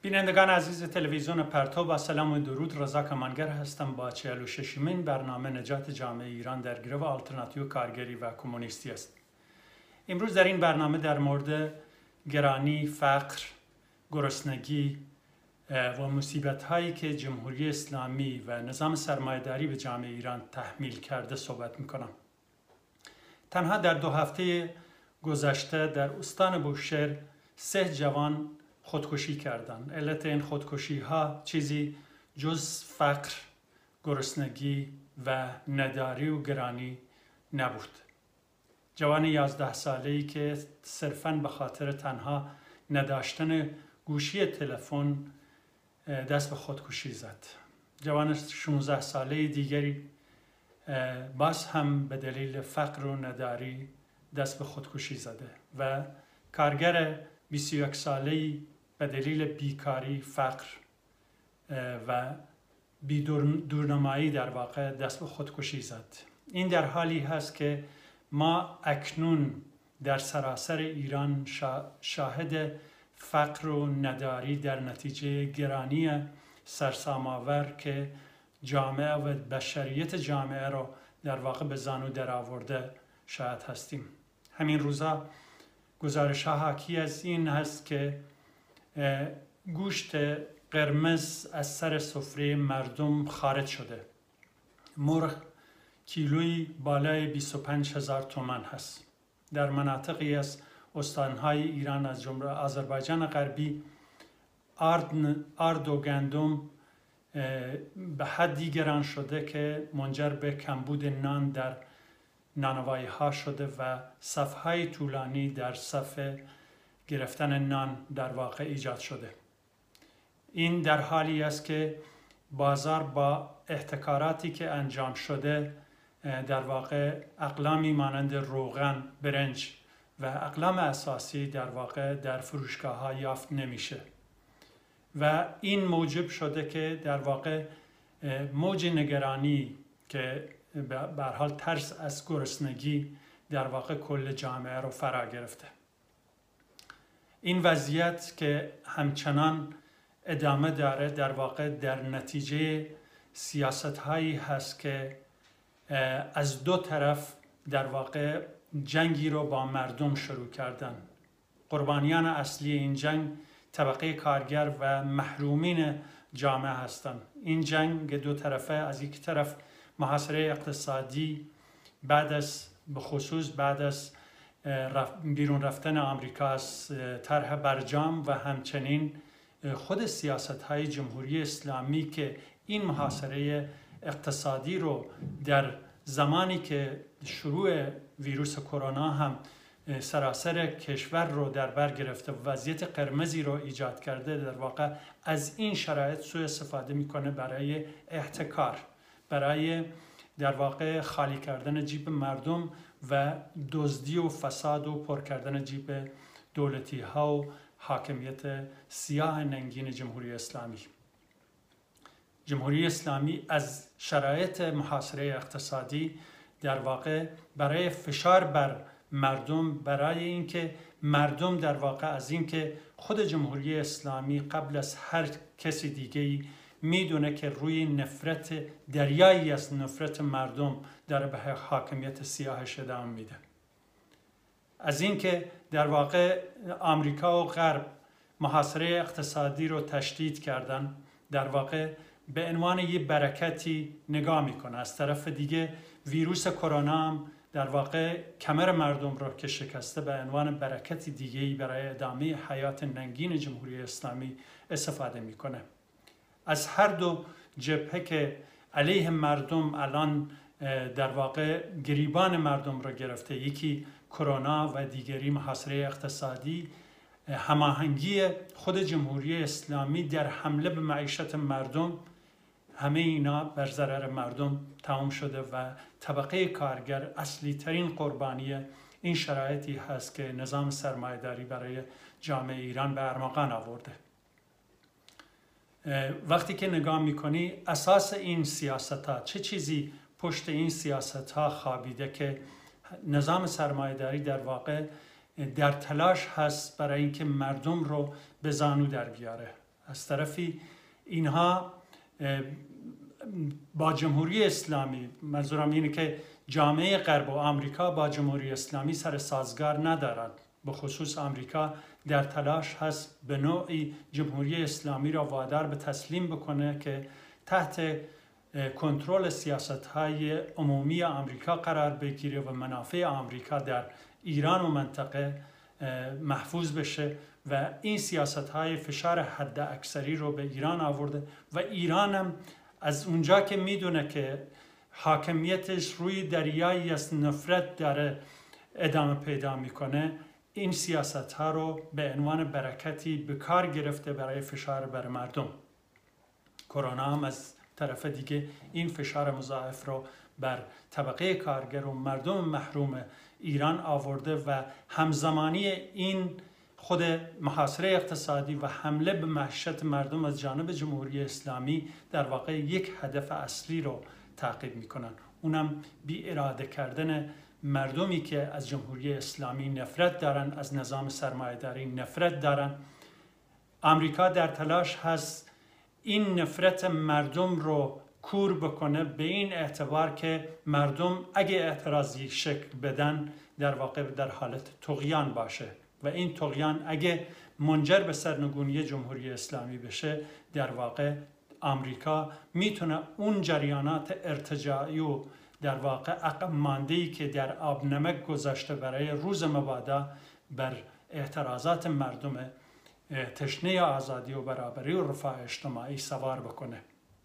بینندگان عزیز تلویزیون پرتو با سلام و درود، رضا کمانگر هستم با 46مین برنامه نجات جامعه ایران در گرو آلترناتیو کارگری و کمونیستی است. امروز در این برنامه در مورد گرانی، فقر، گرسنگی و مصیبت هایی که جمهوری اسلامی و نظام سرمایه‌داری به جامعه ایران تحمیل کرده صحبت میکنم. تنها در 2 هفته گذشته در استان بوشهر 3 جوان خودکشی کردند. علت این خودکشی ها چیزی جز فقر، گرسنگی و نداری و گرانی نبود. جوان 11 ساله‌ای که صرفاً به خاطر تنها نداشتن گوشی تلفن دست به خودکشی زد. جوان 16 ساله دیگری باز هم به دلیل فقر و نداری دست به خودکشی زده و کارگر 21 ساله‌ای به دلیل بیکاری، فقر و بی‌دورنمایی در واقع دست به خودکشی زد. این در حالی هست که ما اکنون در سراسر ایران شاهد فقر و نداری در نتیجه گرانی سرسام‌آور که جامعه و بشریت جامعه را در واقع به زانو درآورده شاهد هستیم. همین روزا گزارش ها حاکی از این هست که گوشت قرمز از سر سفره مردم خارج شده. مرغ کیلویی بالای 25,000 تومان هست. در مناطقی از استانهای ایران از جمله آذربایجان غربی آرد و گندم به حدی گران شده که منجر به کمبود نان در نانوایی ها شده و صف‌های طولانی در صف گرفتن نان در واقع ایجاد شده. این در حالی است که بازار با احتکاراتی که انجام شده در واقع اقلامی مانند روغن، برنج و اقلام اساسی در واقع در فروشگاه ها یافت نمیشه و این موجب شده که در واقع موج نگرانی که به هر حال ترس از گرسنگی در واقع کل جامعه رو فرا گرفته. این وضعیت که همچنان ادامه داره در واقع در نتیجه سیاست هایی هست که از 2 طرف در واقع جنگی رو با مردم شروع کردن. قربانیان اصلی این جنگ طبقه کارگر و محرومین جامعه هستند. این جنگ 2 طرفه، از یک طرف محاصره اقتصادی به خصوص بعد از بیرون رفتن آمریکا از طرح برجام و همچنین خود سیاست های جمهوری اسلامی که این محاصره اقتصادی رو در زمانی که شروع ویروس کرونا هم سراسر کشور رو در بر گرفته و وضعیت قرمزی رو ایجاد کرده، در واقع از این شرایط سوء استفاده میکنه برای احتکار، برای در واقع خالی کردن جیب مردم و دزدی و فساد و پر کردن جیب دولتی ها و حاکمیت سیاه ننگین جمهوری اسلامی. جمهوری اسلامی از شرایط محاصره اقتصادی در واقع برای فشار بر مردم، برای اینکه مردم در واقع از اینکه خود جمهوری اسلامی قبل از هر کسی دیگه‌ای میدونه که روی نفرت، دریایی از نفرت مردم در به حاکمیت سیاهش ادامه میده. از اینکه در واقع آمریکا و غرب محاصره اقتصادی رو تشدید کردن، در واقع به عنوان یه برکتی نگاه میکنه. از طرف دیگه ویروس کرونا هم در واقع کمر مردم رو که شکسته به عنوان برکتی دیگه‌ای برای ادامه حیات ننگین جمهوری اسلامی استفاده میکنه. از هر 2 جبهه که علیه مردم الان در واقع گریبان مردم را گرفته، یکی کرونا و دیگری محاصره اقتصادی، هماهنگی خود جمهوری اسلامی در حمله به معیشت مردم، همه اینا بر ضرر مردم تمام شده و طبقه کارگر اصلی ترین قربانی این شرایطی هست که نظام سرمایه‌داری برای جامعه ایران به ارمغان آورده. وقتی که نگاه میکنی اساس این سیاست ها، چه چیزی پشت این سیاست ها خوابیده که نظام سرمایه‌داری در واقع در تلاش هست برای اینکه مردم رو به زانو در بیاره. از طرفی اینها با جمهوری اسلامی، منظورم اینه که جامعه غرب و آمریکا با جمهوری اسلامی سر سازگار ندارند. به خصوص آمریکا در تلاش هست به نوعی جمهوری اسلامی را وادار به تسلیم بکنه که تحت کنترل سیاست‌های عمومی آمریکا قرار بگیره و منافع آمریکا در ایران و منطقه محفوظ بشه و این سیاست‌های فشار حد اکثری رو به ایران آورده و ایران هم از اونجا که میدونه که حاکمیتش روی دریایی از نفرت داره ادامه پیدا میکنه، این سیاست‌ها رو به عنوان برکتی به کار گرفته برای فشار بر مردم. کرونا هم از طرف دیگه این فشار مضاعف رو بر طبقه کارگر و مردم محروم ایران آورده و همزمانی این خود محاصره اقتصادی و حمله به معیشت مردم از جانب جمهوری اسلامی در واقع یک هدف اصلی رو تعقیب میکنن، اونم بی اراده کردن مردمی که از جمهوری اسلامی نفرت دارن، از نظام سرمایه‌داری نفرت دارن. آمریکا در تلاش هست این نفرت مردم رو کور بکنه به این اعتبار که مردم اگه اعتراضی شکل بدن در واقع در حالت طغیان باشه و این طغیان اگه منجر به سرنگونی جمهوری اسلامی بشه، در واقع آمریکا میتونه اون جریانات ارتجاعی و در واقع عقب مانده‌ای که در آب نمک گذاشته برای روز مبادا بر اعتراضات مردم تشنه آزادی و برابری و رفاه اجتماعی سوار بکنه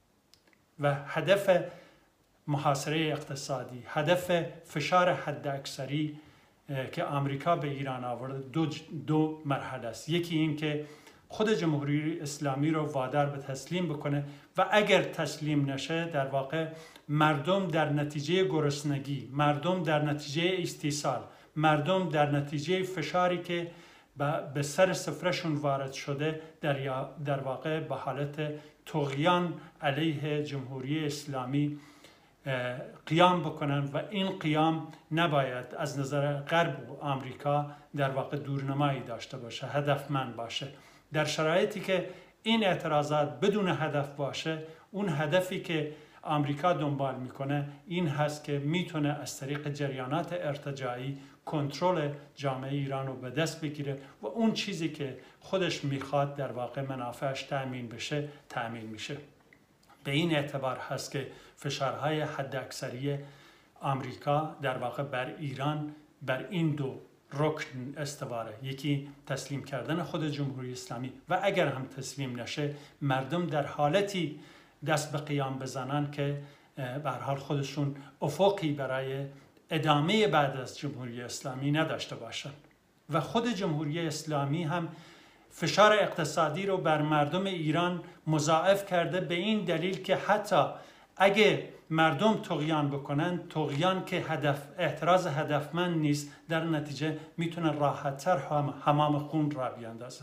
و هدف محاصره اقتصادی، هدف فشار حد اکثری که آمریکا به ایران آورده دو مرحله است. یکی این که خود جمهوری اسلامی رو وادار به تسلیم بکنه و اگر تسلیم نشه در واقع مردم در نتیجه گرسنگی، مردم در نتیجه استیصال، مردم در نتیجه فشاری که به سر سفرشون وارد شده در واقع به حالت طغیان علیه جمهوری اسلامی قیام بکنن و این قیام نباید از نظر غرب و آمریکا در واقع دورنمایی داشته باشه، هدفمند باشه. در شرایطی که این اعتراضات بدون هدف باشه، اون هدفی که آمریکا دنبال میکنه این هست که میتونه از طریق جریانات ارتجاعی کنترل جامعه ایران رو به دست بگیره و اون چیزی که خودش میخواد در واقع منافعش تأمین بشه تأمین میشه. به این اعتبار هست که فشارهای حد اکثری آمریکا در واقع بر ایران بر این دو رکن استواره، یکی تسلیم کردن خود جمهوری اسلامی و اگر هم تسلیم نشه مردم در حالتی دست به قیام بزنن که به هر حال خودشون افقی برای ادامه بعد از جمهوری اسلامی نداشته باشن و خود جمهوری اسلامی هم فشار اقتصادی رو بر مردم ایران مضاعف کرده به این دلیل که حتی اگه مردم طغیان بکنن، طغیان که اعتراض هدفمند نیست، در نتیجه میتونه راحت‌تر حمام خون را بیاندازه.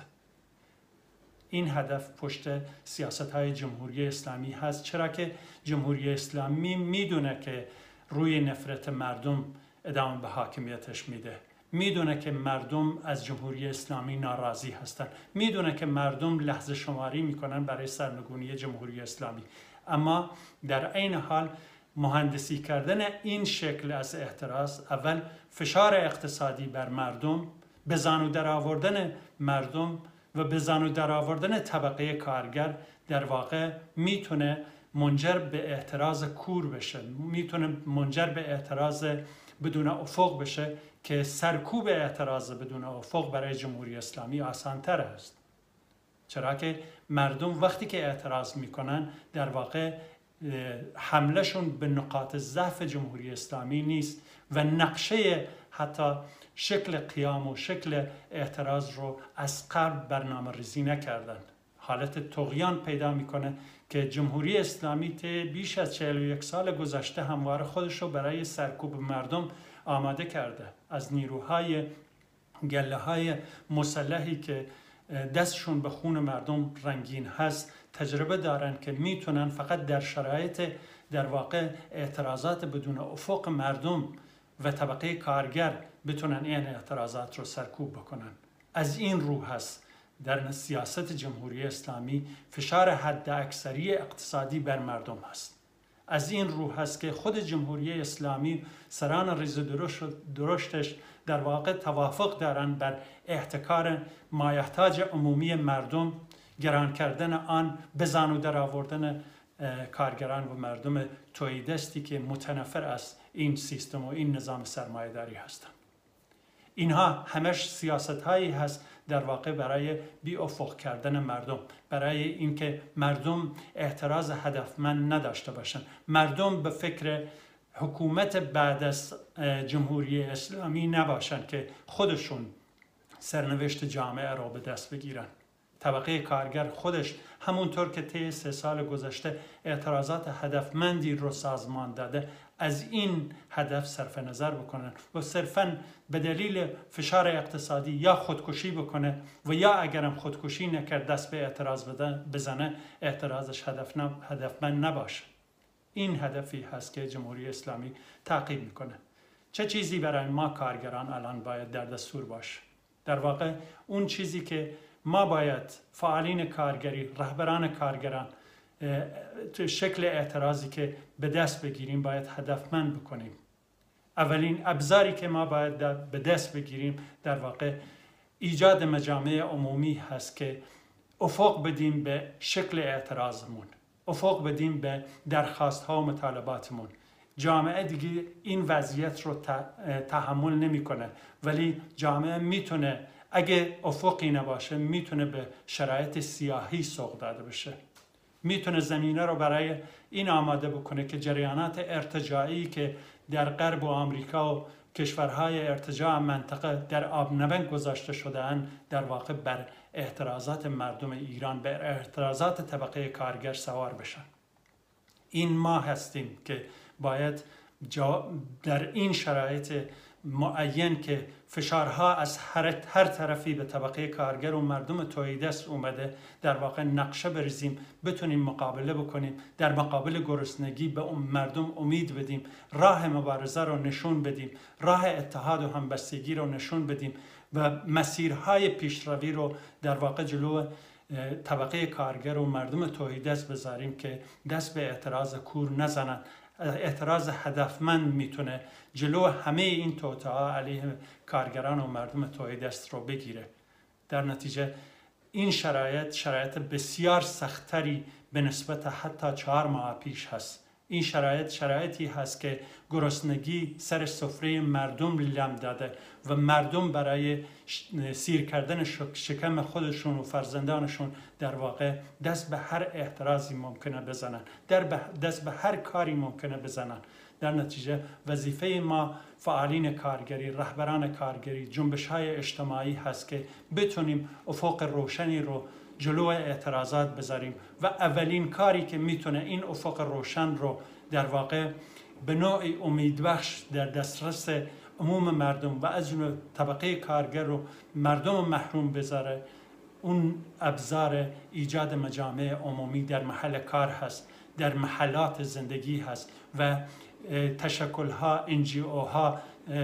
این هدف پشت سیاست‌های جمهوری اسلامی هست، چرا که جمهوری اسلامی میدونه که روی نفرت مردم ادامه به حاکمیتش میده، میدونه که مردم از جمهوری اسلامی ناراضی هستن، میدونه که مردم لحظه شماری میکنن برای سرنگونی جمهوری اسلامی، اما در عین حال مهندسی کردن این شکل از اعتراض اول فشار اقتصادی بر مردم، به زانو در آوردن مردم و به زانو در آوردن طبقه کارگر در واقع میتونه منجر به اعتراض کور بشه، میتونه منجر به اعتراض بدون افق بشه که سرکوب اعتراض بدون افق برای جمهوری اسلامی آسان‌تر است، چرا که مردم وقتی که اعتراض میکنن در واقع حملهشون به نقاط ضعف جمهوری اسلامی نیست و نقشه حتی شکل قیام و شکل اعتراض رو از قبل برنامه ریزی نکردن. حالت طغیان پیدا میکنه که جمهوری اسلامی بیش از 41 سال گذشته همواره خودش رو برای سرکوب مردم آماده کرده. از نیروهای گله‌های مسلحی که دستشون به خون مردم رنگین هست تجربه دارن که میتونن فقط در شرایط در واقع اعتراضات بدون افق مردم و طبقه کارگر بتونن این اعتراضات رو سرکوب بکنن. از این رو هست در سیاست جمهوری اسلامی فشار حد اکثری اقتصادی بر مردم هست. از این رو هست که خود جمهوری اسلامی سران ریز درشتش در واقع توافق دارند بر احتکار مایحتاج عمومی مردم، گران کردن آن، بزن و در آوردن کارگران و مردم توحیدستی که متنفر از این سیستم و این نظام سرمایه‌داری هستند. اینها همش سیاست هایی هست در واقع برای بی افق کردن مردم، برای اینکه مردم اعتراض هدفمند نداشته باشند، مردم به فکر حکومت بعد از جمهوری اسلامی نباشند که خودشون سرنوشت جامعه را به دست بگیرن. طبقه کارگر خودش همونطور که طی 3 سال گذشته اعتراضات هدفمندی رو سازمان داده، از این هدف صرف نظر بکنن و صرفاً به دلیل فشار اقتصادی یا خودکشی بکنه و یا اگرم خودکشی نکرد دست به اعتراض بزنه، اعتراضش هدفمند نباشه. این هدفی هست که جمهوری اسلامی تعقیب میکنه. چه چیزی برای ما کارگران الان باید در دستور باشه؟ در واقع اون چیزی که ما باید فعالین کارگری، رهبران کارگران تو شکل اعتراضی که به دست بگیریم باید هدفمند بکنیم. اولین ابزاری که ما باید به دست بگیریم در واقع ایجاد مجامع عمومی هست که افق بدیم به شکل اعتراضمون، افق بدیم به درخواست ها و مطالباتمون. جامعه دیگه این وضعیت رو تحمل نمیکنه، ولی جامعه میتونه اگه افقی نباشه میتونه به شرایط سیاهی سوق داده بشه، میتونه زمینه رو برای این آماده بکنه که جریانات ارتجاعی که در غرب و آمریکا و کشورهای ارتجاع منطقه در آب نبند گذاشته شده‌اند در واقع بر اعتراضات مردم ایران، بر اعتراضات طبقه کارگر سوار بشن. این ما هستیم که باید در این شرایط معین که فشارها از هر طرفی به طبقه کارگر و مردم توحیدست اومده در واقع نقشه بریزیم، بتونیم مقابله بکنیم، در مقابل گرسنگی به مردم امید بدیم، راه مبارزه رو نشون بدیم، راه اتحاد و همبستگی رو نشون بدیم و مسیرهای پیشروی رو در واقع جلو طبقه کارگر و مردم توحیدست بذاریم که دست به اعتراض کور نزنن. اعتراض هدفمند میتونه جلو همه این توطئه‌ها علیه کارگران و مردم توحیدست رو بگیره. در نتیجه این شرایط بسیار سختری به نسبت حتی 4 ماه پیش هست. این شرایطی هست که گرسنگی سر سفره مردم لم داده و مردم برای سیر کردن شکم خودشون و فرزندانشون در واقع دست به هر اعتراضی ممکنه بزنن، دست به هر کاری ممکنه بزنن. در نتیجه وظیفه ما فعالین کارگری، رهبران کارگری، جنبش‌های اجتماعی هست که بتونیم افق روشنی رو جلو اعتراضات بذاریم و اولین کاری که میتونه این افق روشن رو در واقع به نوعی امیدبخش در دسترس عموم مردم و از جمله طبقه کارگر و مردم محروم بذاره، اون ابزار ایجاد مجامع عمومی در محل کار هست، در محلات زندگی هست و تشکل‌ها، NGO-ها،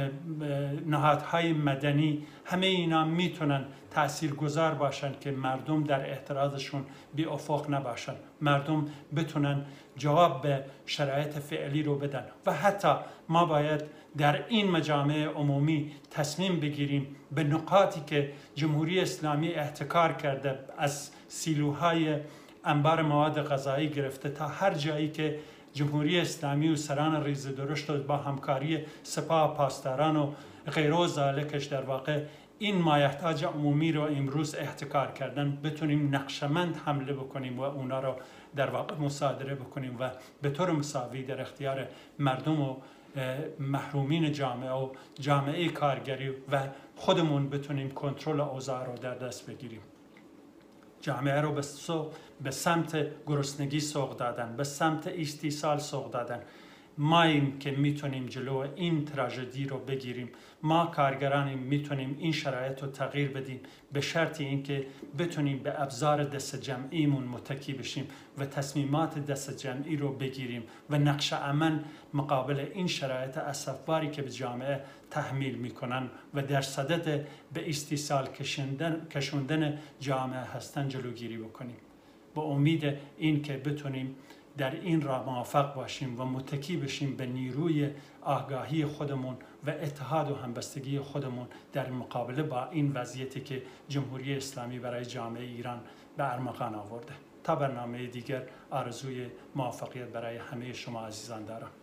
نهادهای مدنی، همه اینا میتونن تاثیرگذار باشن که مردم در اعتراضشون بی افق نباشن، مردم بتونن جواب به شرایط فعلی رو بدن. و حتی ما باید در این مجامع عمومی تصمیم بگیریم به نقاطی که جمهوری اسلامی احتکار کرده، از سیلوهای انبار مواد غذایی گرفته تا هر جایی که جمهوری اسلامی و سران ریز درشت با همکاری سپاه پاسداران و غیره و ذالکش در واقع این مایحتاج عمومی رو امروز احتکار کردن، بتونیم نقشمند حمله بکنیم و اونا رو در واقع مصادره بکنیم و به طور مساوی در اختیار مردم و محرومین جامعه و جامعه کارگری و خودمون بتونیم کنترل اوضاع رو در دست بگیریم. جامعه رو به سمت گرسنگی سوق دادن، به سمت استیصال سوق دادن. ماییم که میتونیم جلو این تراژدی رو بگیریم. ما کارگرانی میتونیم این شرایط رو تغییر بدیم به شرط اینکه بتونیم به ابزار دست جمعیمون متکی بشیم و تصمیمات دست جمعی رو بگیریم و نقش عمل مقابل این شرایط اسفباری که به جامعه تحمیل میکنن و در صدد به استیصال کشوندن جامعه هستن جلوگیری بکنیم. با امید این که بتونیم در این راه موفق باشیم و متکی بشیم به نیروی آگاهی خودمون و اتحاد و همبستگی خودمون در مقابله با این وضعیتی که جمهوری اسلامی برای جامعه ایران به ارمغان آورده. تا برنامه دیگر آرزوی موفقیت برای همه شما عزیزان دارم.